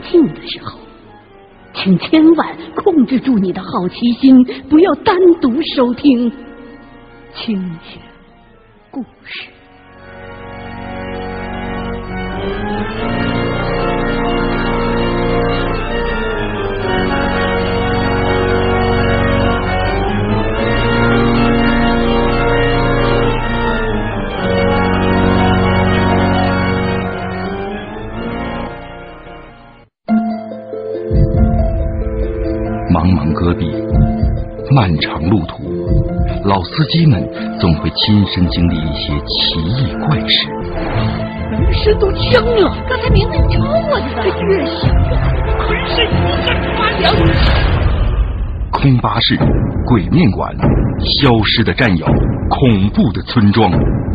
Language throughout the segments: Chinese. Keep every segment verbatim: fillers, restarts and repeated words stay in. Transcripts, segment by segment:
静的时候，请千万控制住你的好奇心，不要单独收听清雪故事。 茫茫戈壁，漫长路途，老司机们总会亲身经历一些奇异怪事。 浑身都僵了，刚才明明朝我的，这越想浑身一阵发凉。 空巴士、鬼面馆、消失的战友、恐怖的村庄，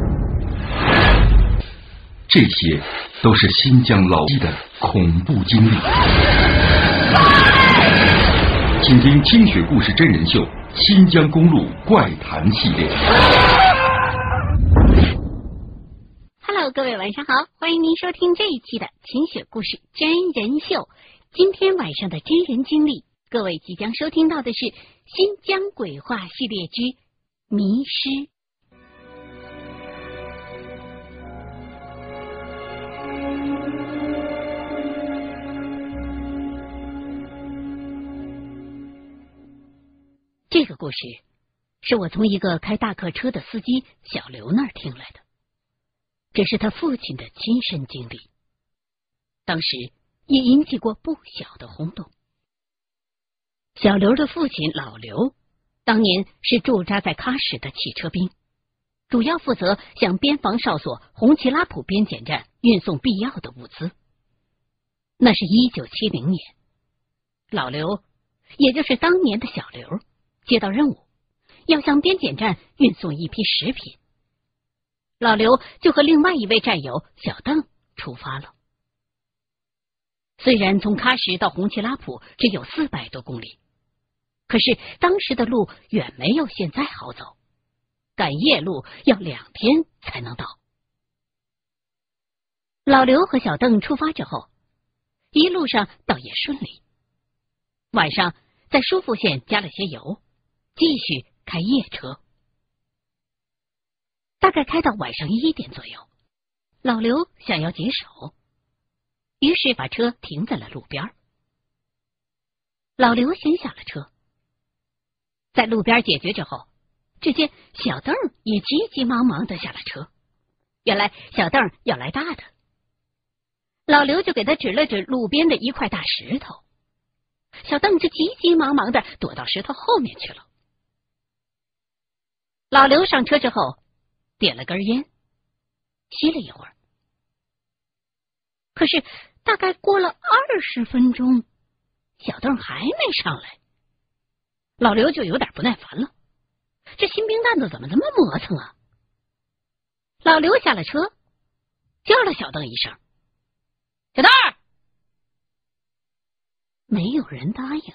这些都是新疆老纪的恐怖经历。请听清雪故事真人秀《新疆公路怪谈系列》。 Hello， 各位晚上好，欢迎您收听这一期的清雪故事真人秀。今天晚上的真人经历，各位即将收听到的是新疆鬼话系列之迷失。这个故事是我从一个开大客车的司机小刘那儿听来的，这是他父亲的亲身经历，当时也引起过不小的轰动。小刘的父亲老刘当年是驻扎在喀什的汽车兵，主要负责向边防哨所红旗拉普边检站运送必要的物资。那是一九七零年，老刘也就是当年的小刘接到任务，要向边检站运送一批食品。老刘就和另外一位战友小邓出发了。虽然从喀什到红旗拉普只有四百多公里，可是当时的路远没有现在好走，赶夜路要两天才能到。老刘和小邓出发之后，一路上倒也顺利。晚上在舒富县加了些油，继续开夜车。大概开到晚上一点左右，老刘想要解手，于是把车停在了路边。老刘先下了车，在路边解决之后，只见小邓也急急忙忙的下了车。原来小邓要来大的，老刘就给他指了指路边的一块大石头，小邓就急急忙忙的躲到石头后面去了。老刘上车之后点了根烟，吸了一会儿，可是大概过了二十分钟，小邓还没上来，老刘就有点不耐烦了，这新兵蛋子怎么这么磨蹭啊？老刘下了车，叫了小邓一声：“小邓！”没有人答应。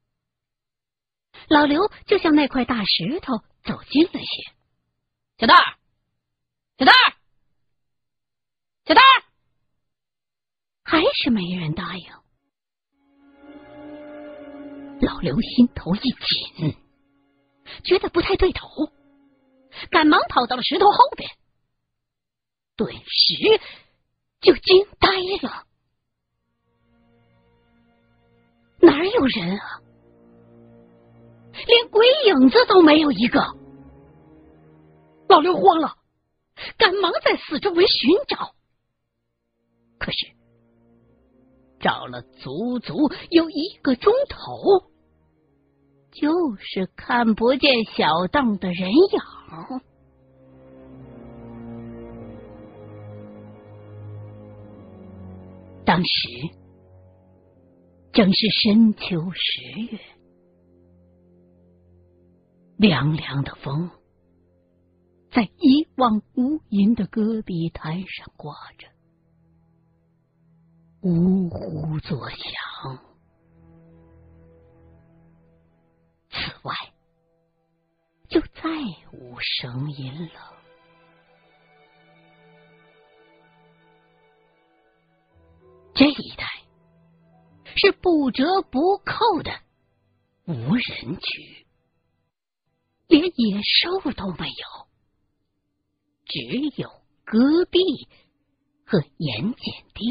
老刘就向那块大石头走近了些：“小邓，小邓，小邓！”还是没人答应。老刘心头一紧，觉得不太对头，赶忙跑到了石头后边，顿时就惊呆了。哪有人啊？连鬼影子都没有一个。老刘慌了，赶忙在四周围寻找，可是找了足足有一个钟头，就是看不见小邓的人影。当时正是深秋十月，凉凉的风在一望无垠的戈壁滩上刮着，呜呼作响。此外就再无声音了。这一带是不折不扣的无人区，连野兽都没有，只有戈壁和盐碱地。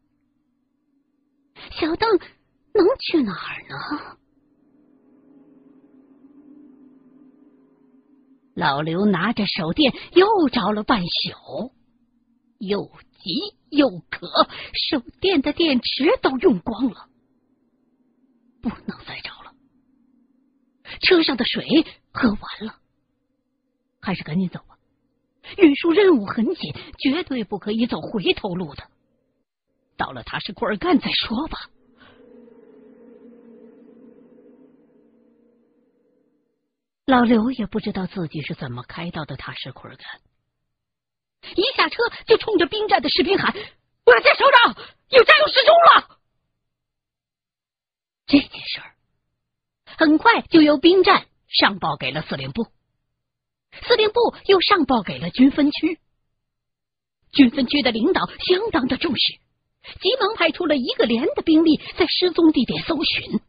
小邓能去哪儿呢？老刘拿着手电又找了半宿，又急又渴，手电的电池都用光了，不能再找了。车上的水喝完了，还是赶紧走吧。运输任务很紧，绝对不可以走回头路的。到了踏实库尔干再说吧。老刘也不知道自己是怎么开到的踏实库尔干，一下车就冲着兵站的士兵喊：“我家首长，有战友失踪了！”这件事儿很快就由兵站上报给了司令部，司令部又上报给了军分区。军分区的领导相当的重视，急忙派出了一个连的兵力在失踪地点搜寻。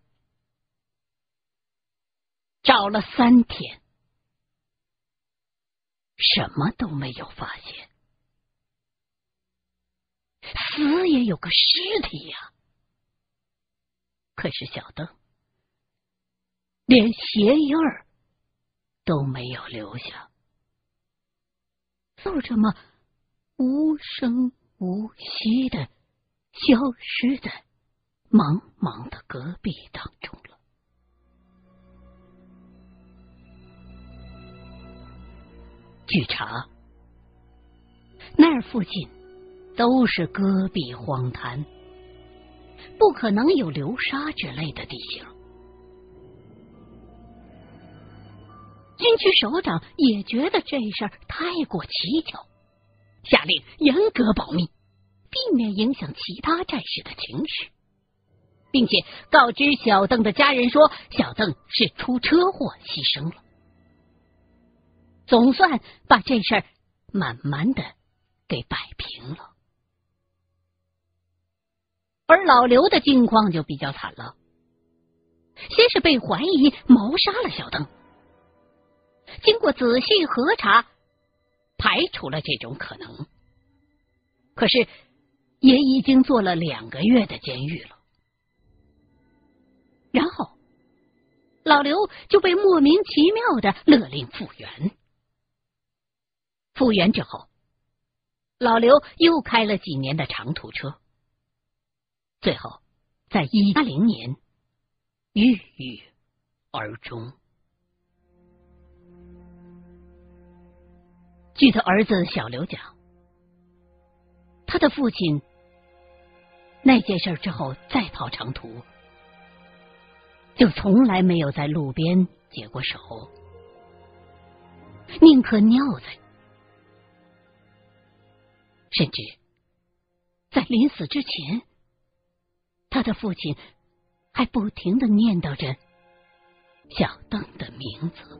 找了三天，什么都没有发现，死也有个尸体呀、啊。可是小邓连鞋印儿都没有留下，就这么无声无息的消失在茫茫的戈壁当中了。据查，那儿附近都是戈壁荒滩，不可能有流沙之类的地形。军区首长也觉得这事儿太过蹊跷，下令严格保密，避免影响其他战士的情绪，并且告知小邓的家人说，小邓是出车祸牺牲了。总算把这事儿慢慢的给摆平了。而老刘的境况就比较惨了，先是被怀疑谋杀了小邓，经过仔细核查，排除了这种可能，可是也已经坐了两个月的监狱了。然后老刘就被莫名其妙的勒令复员。复员之后，老刘又开了几年的长途车，最后在一八零年郁郁而终。据他儿子小刘讲，他的父亲那件事之后再跑长途，就从来没有在路边解过手，宁可尿在，甚至在临死之前，他的父亲还不停地念叨着小邓的名字。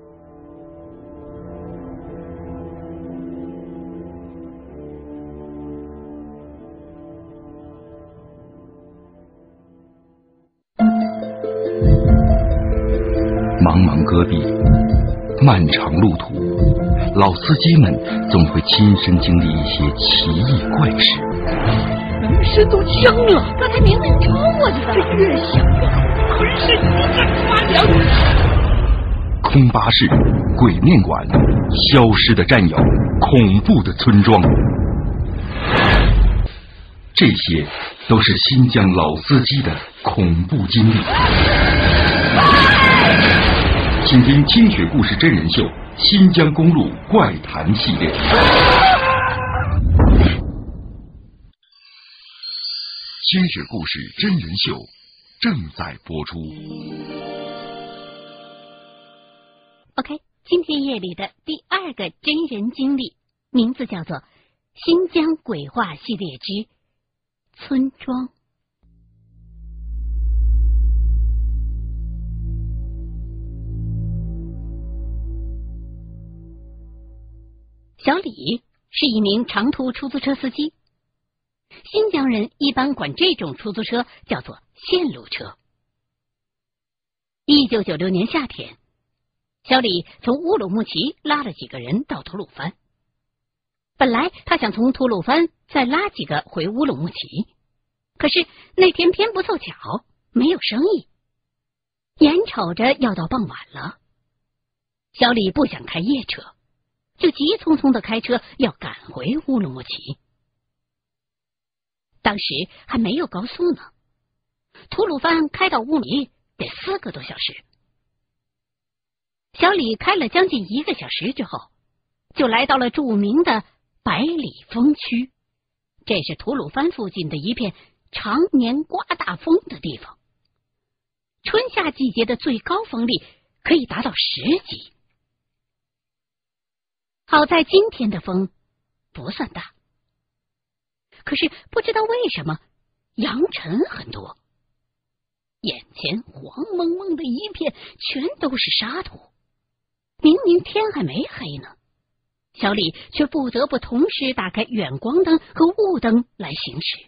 茫茫戈壁，漫长路途，老司机们总会亲身经历一些奇异怪事。 人身都僵了，刚才明明超过去了，这越想越浑身都在发凉。 空巴士、鬼面馆、消失的战友、恐怖的村庄，这些都是新疆老司机的恐怖经历。请听清雪故事真人秀《新疆公路怪谈系列》。清雪故事真人秀正在播出。 OK， 今天夜里的第二个真人经历，名字叫做《新疆鬼话系列之村庄》。小李是一名长途出租车司机， 新疆人一般管这种出租车叫做线路车。一九九六年夏天，小李从乌鲁木齐拉了几个人到吐鲁番。本来他想从吐鲁番再拉几个回乌鲁木齐，可是那天偏不凑巧，没有生意。眼瞅着要到傍晚了，小李不想开夜车，就急匆匆的开车要赶回乌鲁木齐。当时还没有高速呢，吐鲁番开到乌鲁木齐得四个多小时。小李开了将近一个小时之后，就来到了著名的百里风区，这是吐鲁番附近的一片常年刮大风的地方。春夏季节的最高风力可以达到十级。好在今天的风不算大，可是不知道为什么扬尘很多，眼前黄蒙蒙的一片，全都是沙土。明明天还没黑呢，小李却不得不同时打开远光灯和雾灯来行驶。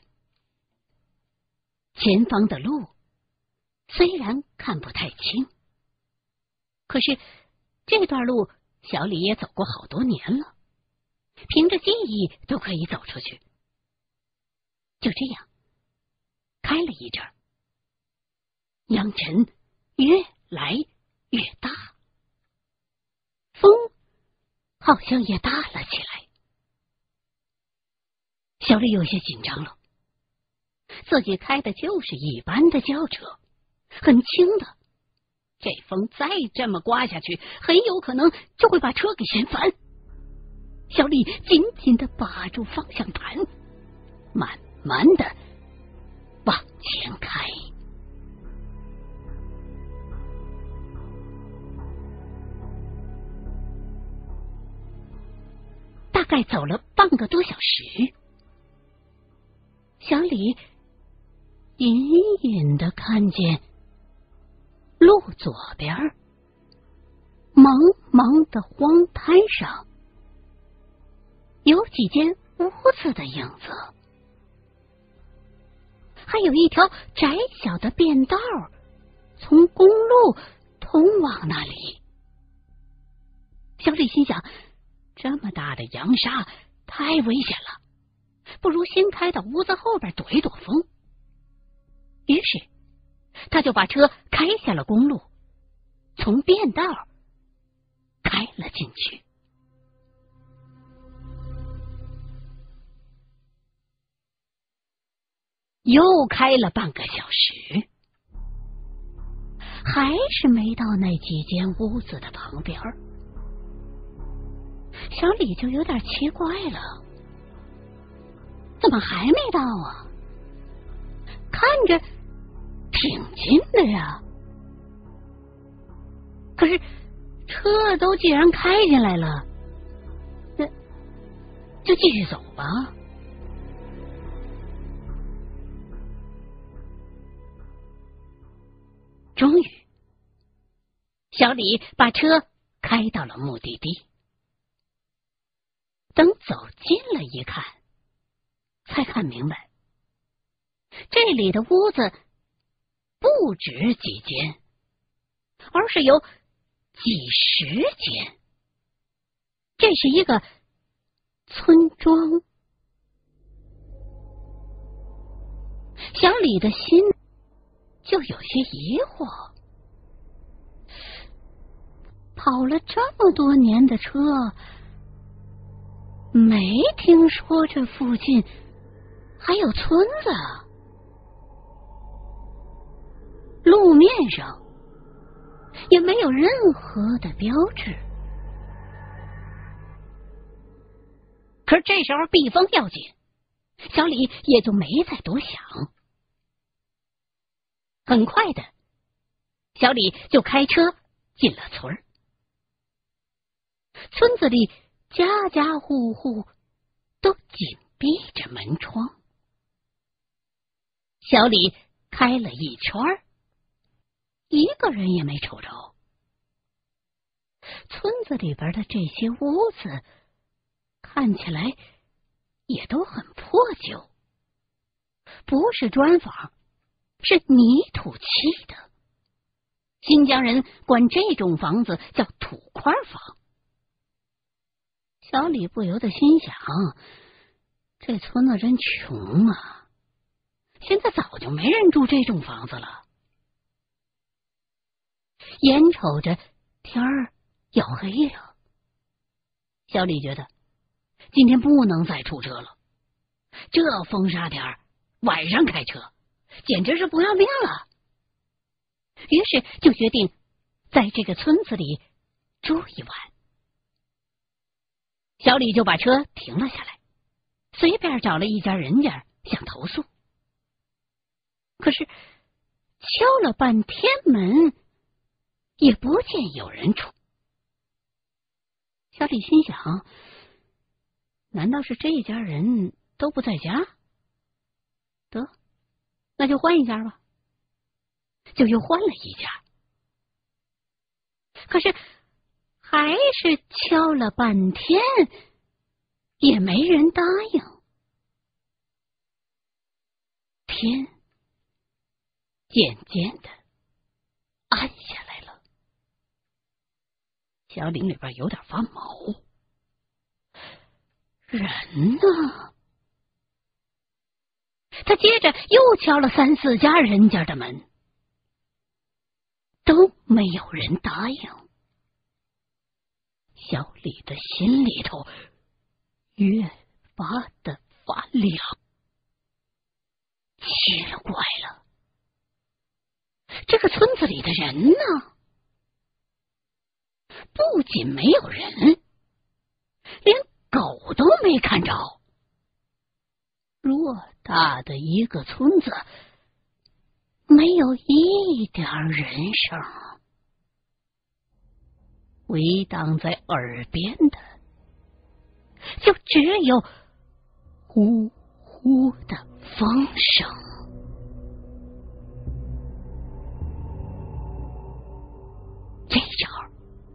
前方的路虽然看不太清，可是这段路小李也走过好多年了，凭着记忆都可以走出去。就这样开了一阵儿，扬尘越来越大，风好像也大了起来。小李有些紧张了，自己开的就是一般的轿车，很轻的，这风再这么刮下去，很有可能就会把车给掀翻。小李紧紧地把住方向盘，慢慢的往前开。大概走了半个多小时，小李隐隐的看见路左边茫茫的荒滩上有几间屋子的影子，还有一条窄小的便道从公路通往那里。小李心想，这么大的扬沙太危险了，不如先开到屋子后边躲一躲风。于是他就把车开下了公路，从便道开了进去。又开了半个小时，还是没到那几间屋子的旁边。小李就有点奇怪了，怎么还没到啊？看着挺近的呀，可是车都既然开进来了，那就继续走吧。终于，小李把车开到了目的地。等走近了一看，才看明白，这里的屋子不止几间，而是有几十间。这是一个村庄。小李的心就有些疑惑，跑了这么多年的车，没听说这附近还有村子。路面上也没有任何的标志。可是这时候避风要紧，小李也就没再多想。很快的，小李就开车进了村儿。村子里家家户户都紧闭着门窗。小李开了一圈，一个人也没瞅着。村子里边的这些屋子看起来也都很破旧， 不是砖房，是泥土砌的。新疆人管这种房子叫土块房。小李不由得心想，这村子真穷啊，现在早就没人住这种房子了。眼瞅着天儿要黑了，小李觉得今天不能再出车了，这风沙天儿晚上开车简直是不要命了。于是就决定在这个村子里住一晚。小李就把车停了下来，随便找了一家人家想投诉。可是敲了半天门，也不见有人出。小李心想，难道是这家人都不在家？得，那就换一家吧。就又换了一家，可是还是敲了半天，也没人答应。天渐渐的暗下来了，小李里边有点发毛。人呢？他接着又敲了三四家人家的门，都没有人答应。小李的心里头越发的发凉，奇了怪了，这个村子里的人呢？不仅没有人，连狗都没看着。偌大的一个村子，没有一点人声，回荡在耳边的就只有呼呼的风声。这时候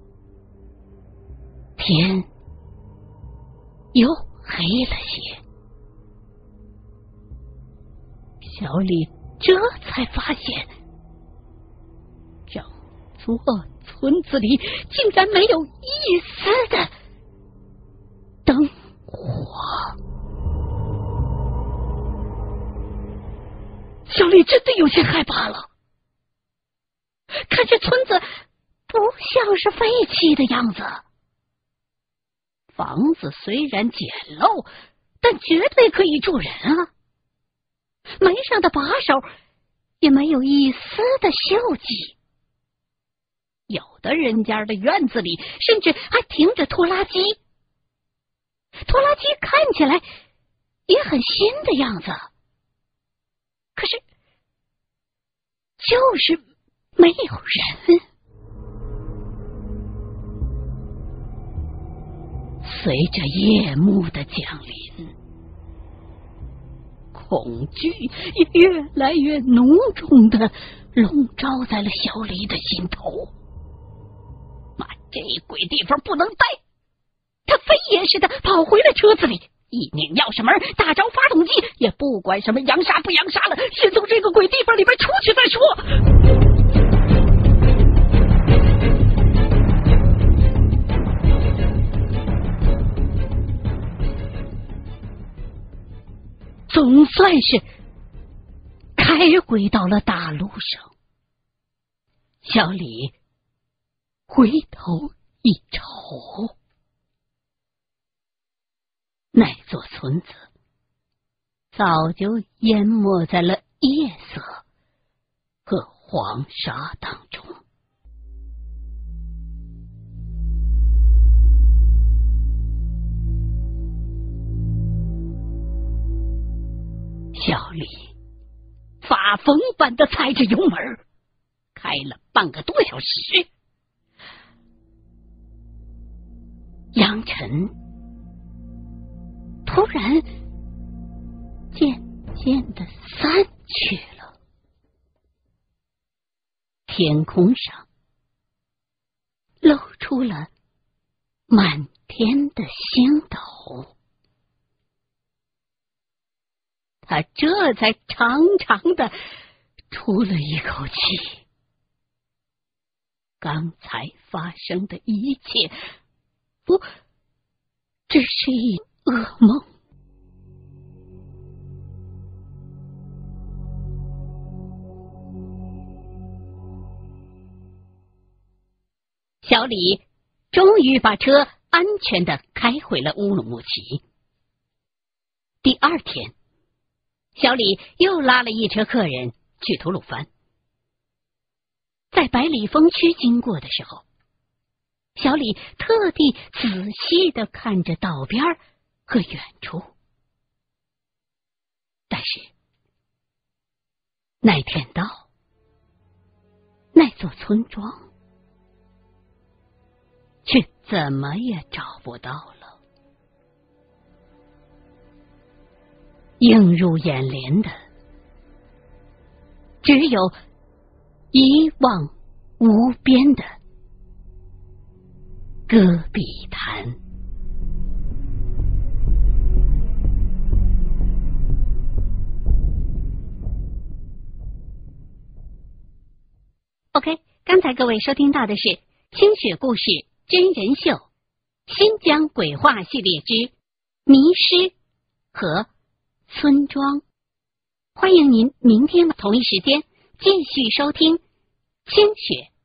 天又黑了些，小李这才发现，整座村子里竟然没有一丝的灯火。小李真的有些害怕了，看这村子不像是废弃的样子。房子虽然简陋，但绝对可以住人啊。门上的把手也没有一丝的锈迹，有的人家的院子里甚至还停着拖拉机，拖拉机看起来也很新的样子，可是就是没有人。随着夜幕的降临，恐惧也越来越浓重的笼罩在了小李的心头。妈，这鬼地方不能待！他飞也似的跑回了车子里，一拧钥匙门，打着发动机，也不管什么扬沙不扬沙了，先从这个鬼地方里边出去再说。总算是开回到了大路上，小李回头一瞅，那座村子早就淹没在了夜色和黄沙当中。小李发疯般的踩着油门，开了半个多小时。扬尘突然渐渐的散去了，天空上露出了满天的星斗。 他这才长长的出了一口气。刚才发生的一切，不，只是一噩梦。小李终于把车安全的开回了乌鲁木齐。第二天，小李又拉了一车客人去吐鲁番。在百里风区经过的时候，小李特地仔细的看着道边和远处。但是那天到那座村庄却怎么也找不到了。映入眼帘的只有一望无边的戈壁滩。OK， 刚才各位收听到的是清雪故事真人秀新疆鬼话系列之迷失和村庄。欢迎您明天同一时间继续收听清雪